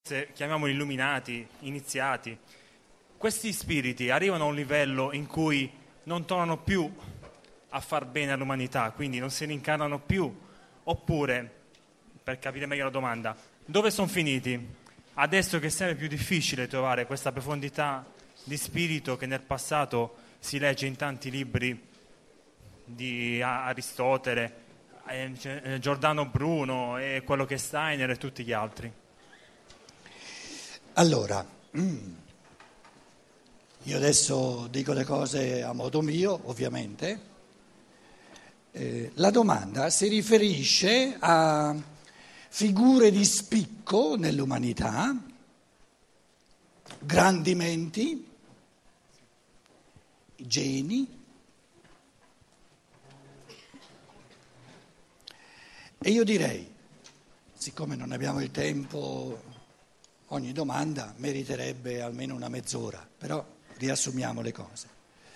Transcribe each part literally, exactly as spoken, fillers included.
se chiamiamoli illuminati, iniziati, questi spiriti arrivano a un livello in cui non tornano più a far bene all'umanità, quindi non si rincarnano più, oppure, per capire meglio la domanda, dove sono finiti? Adesso che è sempre più difficile trovare questa profondità di spirito che nel passato si legge in tanti libri di Aristotele, eh, Giordano Bruno e quello che è Steiner e tutti gli altri. Allora, io adesso dico le cose a modo mio, ovviamente. Eh, la domanda si riferisce a figure di spicco nell'umanità, grandi menti, geni, e io direi, siccome non abbiamo il tempo, ogni domanda meriterebbe almeno una mezz'ora, però riassumiamo le cose.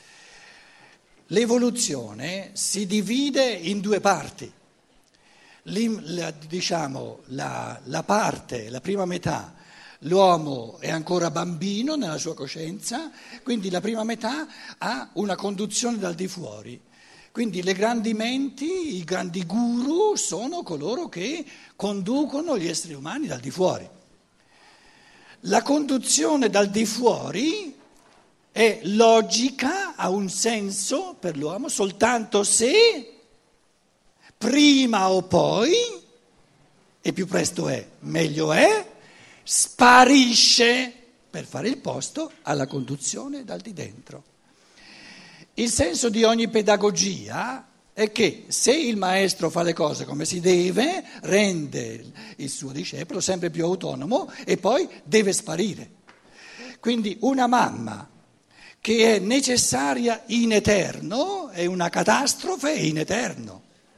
L'evoluzione si divide in due parti. La, diciamo, la, la parte, la prima metà, l'uomo è ancora bambino nella sua coscienza, quindi la prima metà ha una conduzione dal di fuori. Quindi le grandi menti, i grandi guru sono coloro che conducono gli esseri umani dal di fuori. La conduzione dal di fuori è logica, ha un senso per l'uomo soltanto se prima o poi, e più presto è, meglio è, sparisce per fare il posto alla conduzione dal di dentro. Il senso di ogni pedagogia è che se il maestro fa le cose come si deve, rende il suo discepolo sempre più autonomo e poi deve sparire. Quindi una mamma che è necessaria in eterno è una catastrofe in eterno.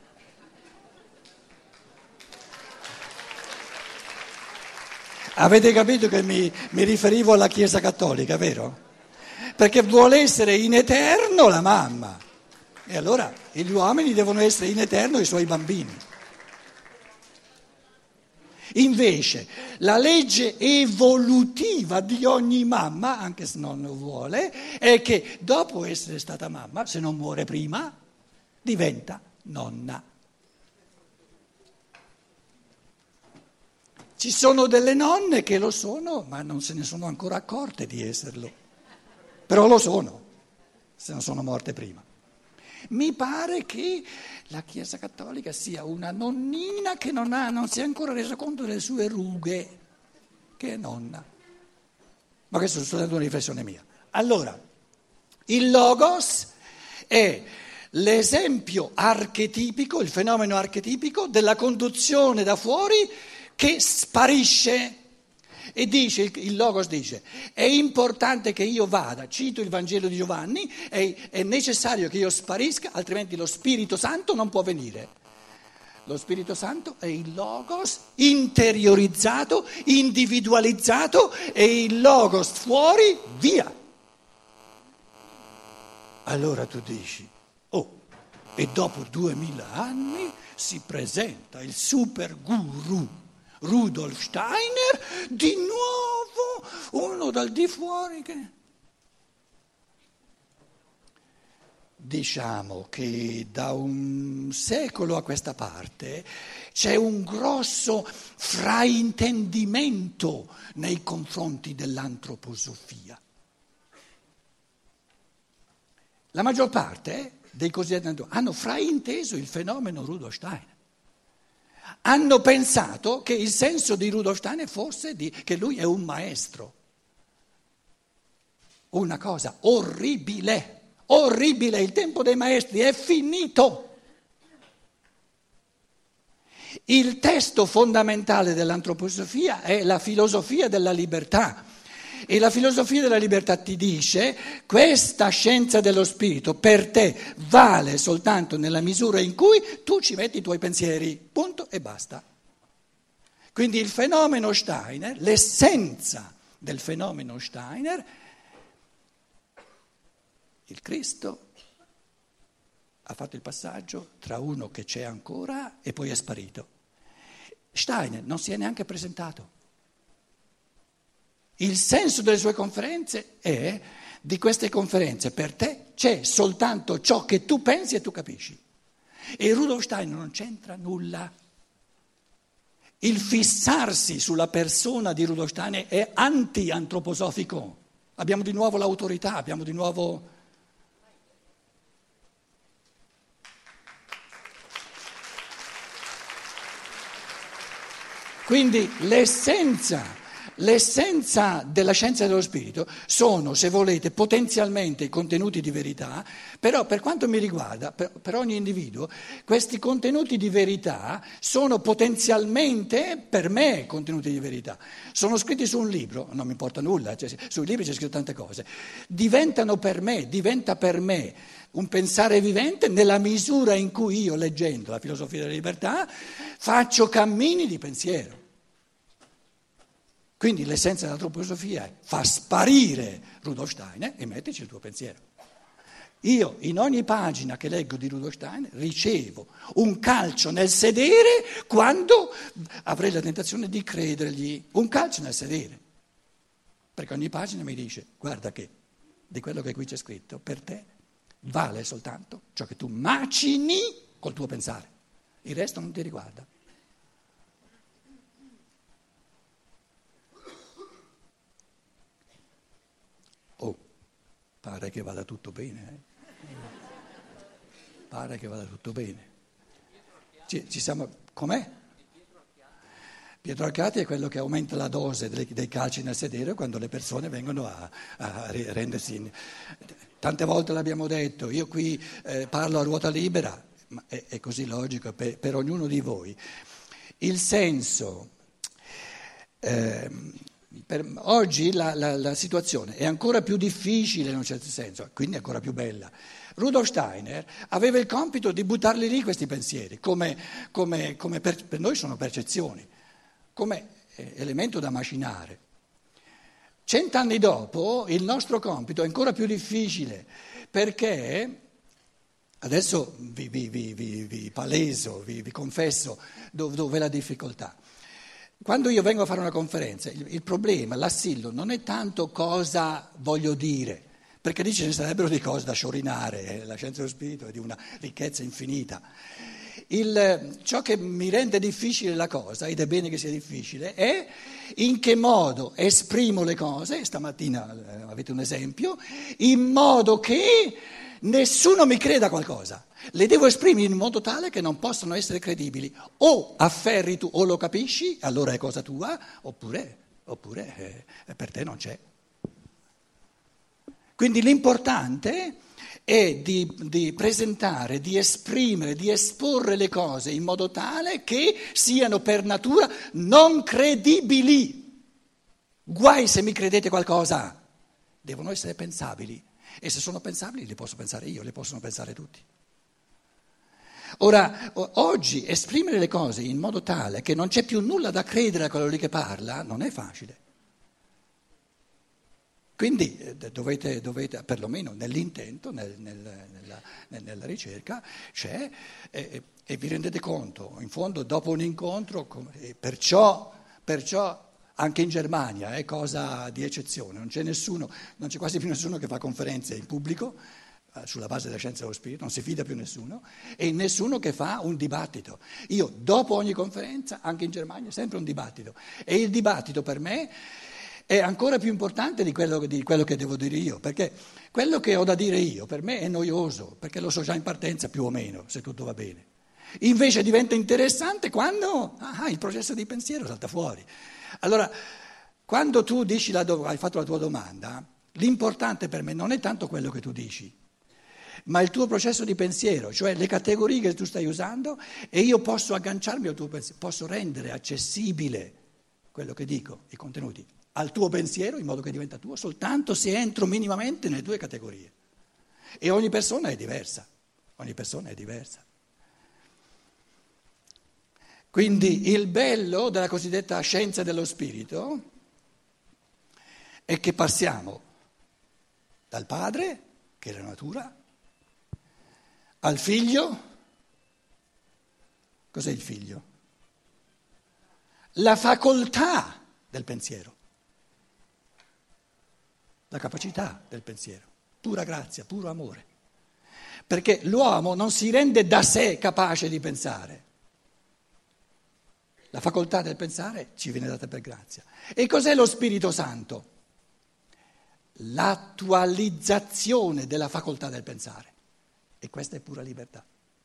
Avete capito che mi, mi riferivo alla Chiesa Cattolica, vero? Perché vuole essere in eterno la mamma e allora gli uomini devono essere in eterno i suoi bambini. Invece la legge evolutiva di ogni mamma, anche se non lo vuole, è che dopo essere stata mamma, se non muore prima, diventa nonna. Ci sono delle nonne che lo sono, ma non se ne sono ancora accorte di esserlo. Però lo sono, se non sono morte prima. Mi pare che la Chiesa Cattolica sia una nonnina che non, ha, non si è ancora resa conto delle sue rughe, che è nonna. Ma questa è soltanto una riflessione mia. Allora, il Logos è l'esempio archetipico, il fenomeno archetipico della conduzione da fuori che sparisce. E dice, il Logos dice, è importante che io vada, cito il Vangelo di Giovanni, è, è necessario che io sparisca, altrimenti lo Spirito Santo non può venire. Lo Spirito Santo è il Logos interiorizzato, individualizzato, e il Logos fuori, via. Allora tu dici, oh, e dopo duemila anni si presenta il super guru Rudolf Steiner, di nuovo uno dal di fuori che... Diciamo che da un secolo a questa parte c'è un grosso fraintendimento nei confronti dell'antroposofia. La maggior parte dei cosiddetti hanno frainteso il fenomeno Rudolf Steiner. Hanno pensato che il senso di Rudolf Steiner fosse di, che lui è un maestro. Una cosa orribile, orribile, il tempo dei maestri è finito. Il testo fondamentale dell'antroposofia è la filosofia della libertà. E la filosofia della libertà ti dice: questa scienza dello spirito per te vale soltanto nella misura in cui tu ci metti i tuoi pensieri, punto e basta. Quindi il fenomeno Steiner, l'essenza del fenomeno Steiner, il Cristo ha fatto il passaggio tra uno che c'è ancora e poi è sparito. Steiner non si è neanche presentato. Il senso delle sue conferenze è, di queste conferenze per te c'è soltanto ciò che tu pensi e tu capisci. E Rudolf Steiner non c'entra nulla. Il fissarsi sulla persona di Rudolf Steiner è anti-antroposofico. Abbiamo di nuovo l'autorità, abbiamo di nuovo... Quindi l'essenza, l'essenza della scienza dello spirito sono, se volete, potenzialmente i contenuti di verità, però per quanto mi riguarda, per, per ogni individuo, questi contenuti di verità sono potenzialmente, per me, contenuti di verità. Sono scritti su un libro, non mi importa nulla, cioè, sui libri c'è scritto tante cose, diventano per me, diventa per me un pensare vivente nella misura in cui io, leggendo la filosofia della libertà, faccio cammini di pensiero. Quindi l'essenza dell'antroposofia è fa sparire Rudolf Steiner e mettici il tuo pensiero. Io in ogni pagina che leggo di Rudolf Steiner ricevo un calcio nel sedere quando avrei la tentazione di credergli, un calcio nel sedere. Perché ogni pagina mi dice, guarda che di quello che qui c'è scritto, per te vale soltanto ciò che tu macini col tuo pensare, il resto non ti riguarda. Oh, pare che vada tutto bene, eh? Pare che vada tutto bene. Ci, ci siamo, com'è? Pietro Arcati è quello che aumenta la dose dei, dei calci nel sedere quando le persone vengono a, a rendersi... In, tante volte l'abbiamo detto, io qui eh, parlo a ruota libera, ma è, è così logico per, per ognuno di voi. Il senso, eh, per, oggi la, la, la situazione è ancora più difficile in un certo senso, quindi ancora più bella. Rudolf Steiner aveva il compito di buttarli lì questi pensieri, come, come, come per, per noi sono percezioni, come elemento da macinare. Cent'anni dopo il nostro compito è ancora più difficile perché, adesso vi, vi, vi, vi, vi paleso, vi, vi confesso dove, dove è la difficoltà. Quando io vengo a fare una conferenza, il, il problema, l'assillo, non è tanto cosa voglio dire, perché lì ce ne sarebbero di cose da sciorinare, eh, la scienza dello spirito è di una ricchezza infinita. Il, ciò che mi rende difficile la cosa, ed è bene che sia difficile, è in che modo esprimo le cose, stamattina eh, avete un esempio, in modo che nessuno mi creda qualcosa. Le devo esprimere in modo tale che non possano essere credibili. O afferri tu o lo capisci, allora è cosa tua, oppure, oppure eh, per te non c'è. Quindi l'importante è di, di presentare, di esprimere, di esporre le cose in modo tale che siano per natura non credibili. Guai se mi credete qualcosa, devono essere pensabili. E se sono pensabili le posso pensare io, le possono pensare tutti. Ora, oggi esprimere le cose in modo tale che non c'è più nulla da credere a quello lì che parla non è facile. Quindi dovete, dovete perlomeno nell'intento, nel, nel, nella, nella ricerca, c'è eh, e vi rendete conto, in fondo dopo un incontro, e perciò, perciò anche in Germania è cosa di eccezione, non c'è nessuno, non c'è quasi più nessuno che fa conferenze in pubblico eh, sulla base della scienza dello spirito, non si fida più nessuno, e nessuno che fa un dibattito. Io dopo ogni conferenza, anche in Germania, sempre un dibattito, e il dibattito per me è ancora più importante di quello, di quello che devo dire io, perché quello che ho da dire io per me è noioso, perché lo so già in partenza più o meno, se tutto va bene. Invece diventa interessante quando ah, il processo di pensiero salta fuori. Allora, quando tu dici la do- hai fatto la tua domanda, l'importante per me non è tanto quello che tu dici, ma il tuo processo di pensiero, cioè le categorie che tu stai usando, e io posso agganciarmi al tuo pensiero, posso rendere accessibile quello che dico, i contenuti, al tuo pensiero in modo che diventa tuo soltanto se entro minimamente nelle tue categorie. E ogni persona è diversa, ogni persona è diversa. Quindi il bello della cosiddetta scienza dello spirito è che passiamo dal padre, che è la natura, al figlio. Cos'è il figlio? La facoltà del pensiero. la capacità del pensiero, pura grazia, puro amore. Perché l'uomo non si rende da sé capace di pensare. La facoltà del pensare ci viene data per grazia. E cos'è lo Spirito Santo? L'attualizzazione della facoltà del pensare. E questa è pura libertà.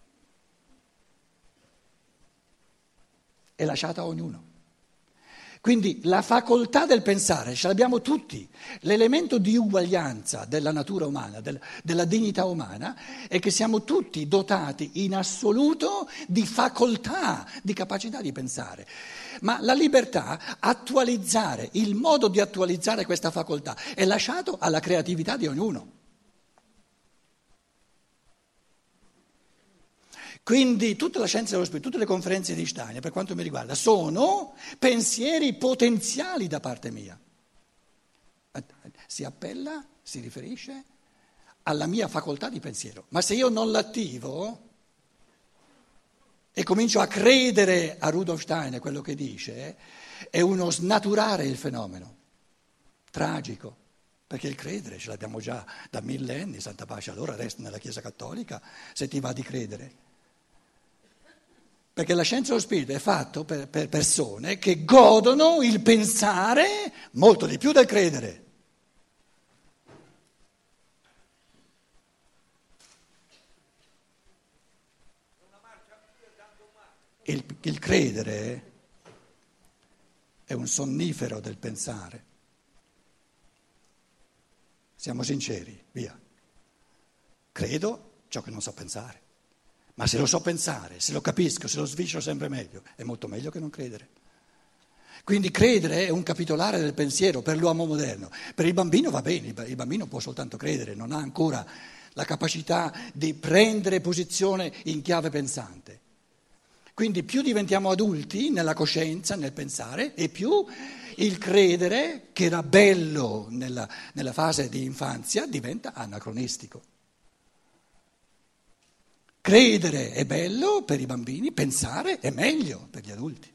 È lasciata a ognuno. Quindi la facoltà del pensare ce l'abbiamo tutti. L'elemento di uguaglianza della natura umana, del, della dignità umana, è che siamo tutti dotati in assoluto di facoltà, di capacità di pensare. Ma la libertà, attualizzare, il modo di attualizzare questa facoltà è lasciato alla creatività di ognuno. Quindi tutta la scienza dello spirito, tutte le conferenze di Steiner, per quanto mi riguarda, sono pensieri potenziali da parte mia. Si appella, si riferisce alla mia facoltà di pensiero. Ma se io non l'attivo e comincio a credere a Rudolf Steiner, quello che dice, è uno snaturare il fenomeno. Tragico. Perché il credere ce l'abbiamo già da millenni, Santa Pace allora resta nella Chiesa Cattolica, se ti va di credere. Perché la scienza dello spirito è fatto per, per persone che godono il pensare molto di più del credere. Il, il credere è un sonnifero del pensare. Siamo sinceri, via. Credo ciò che non so pensare. Ma se lo so pensare, se lo capisco, se lo sviscero sempre meglio, è molto meglio che non credere. Quindi credere è un capitolare del pensiero per l'uomo moderno. Per il bambino va bene, il bambino può soltanto credere, non ha ancora la capacità di prendere posizione in chiave pensante. Quindi più diventiamo adulti nella coscienza, nel pensare, e più il credere, che era bello nella, nella fase di infanzia, diventa anacronistico. Credere è bello per i bambini, pensare è meglio per gli adulti.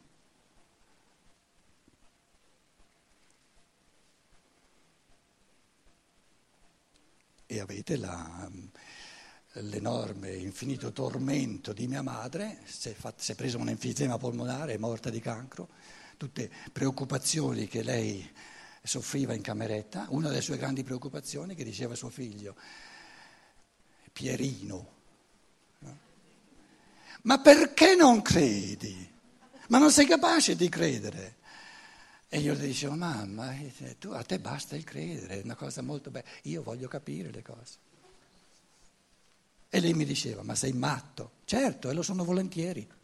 E avete la, l'enorme, infinito tormento di mia madre, si è, fatta, si è presa un enfisema polmonare, è morta di cancro, tutte preoccupazioni che lei soffriva in cameretta. Una delle sue grandi preoccupazioni che diceva a suo figlio, Pierino, ma perché non credi? Ma non sei capace di credere? E io le dicevo, mamma, tu, a te basta il credere, è una cosa molto bella, io voglio capire le cose. E lei mi diceva, ma sei matto? Certo, e lo sono volentieri.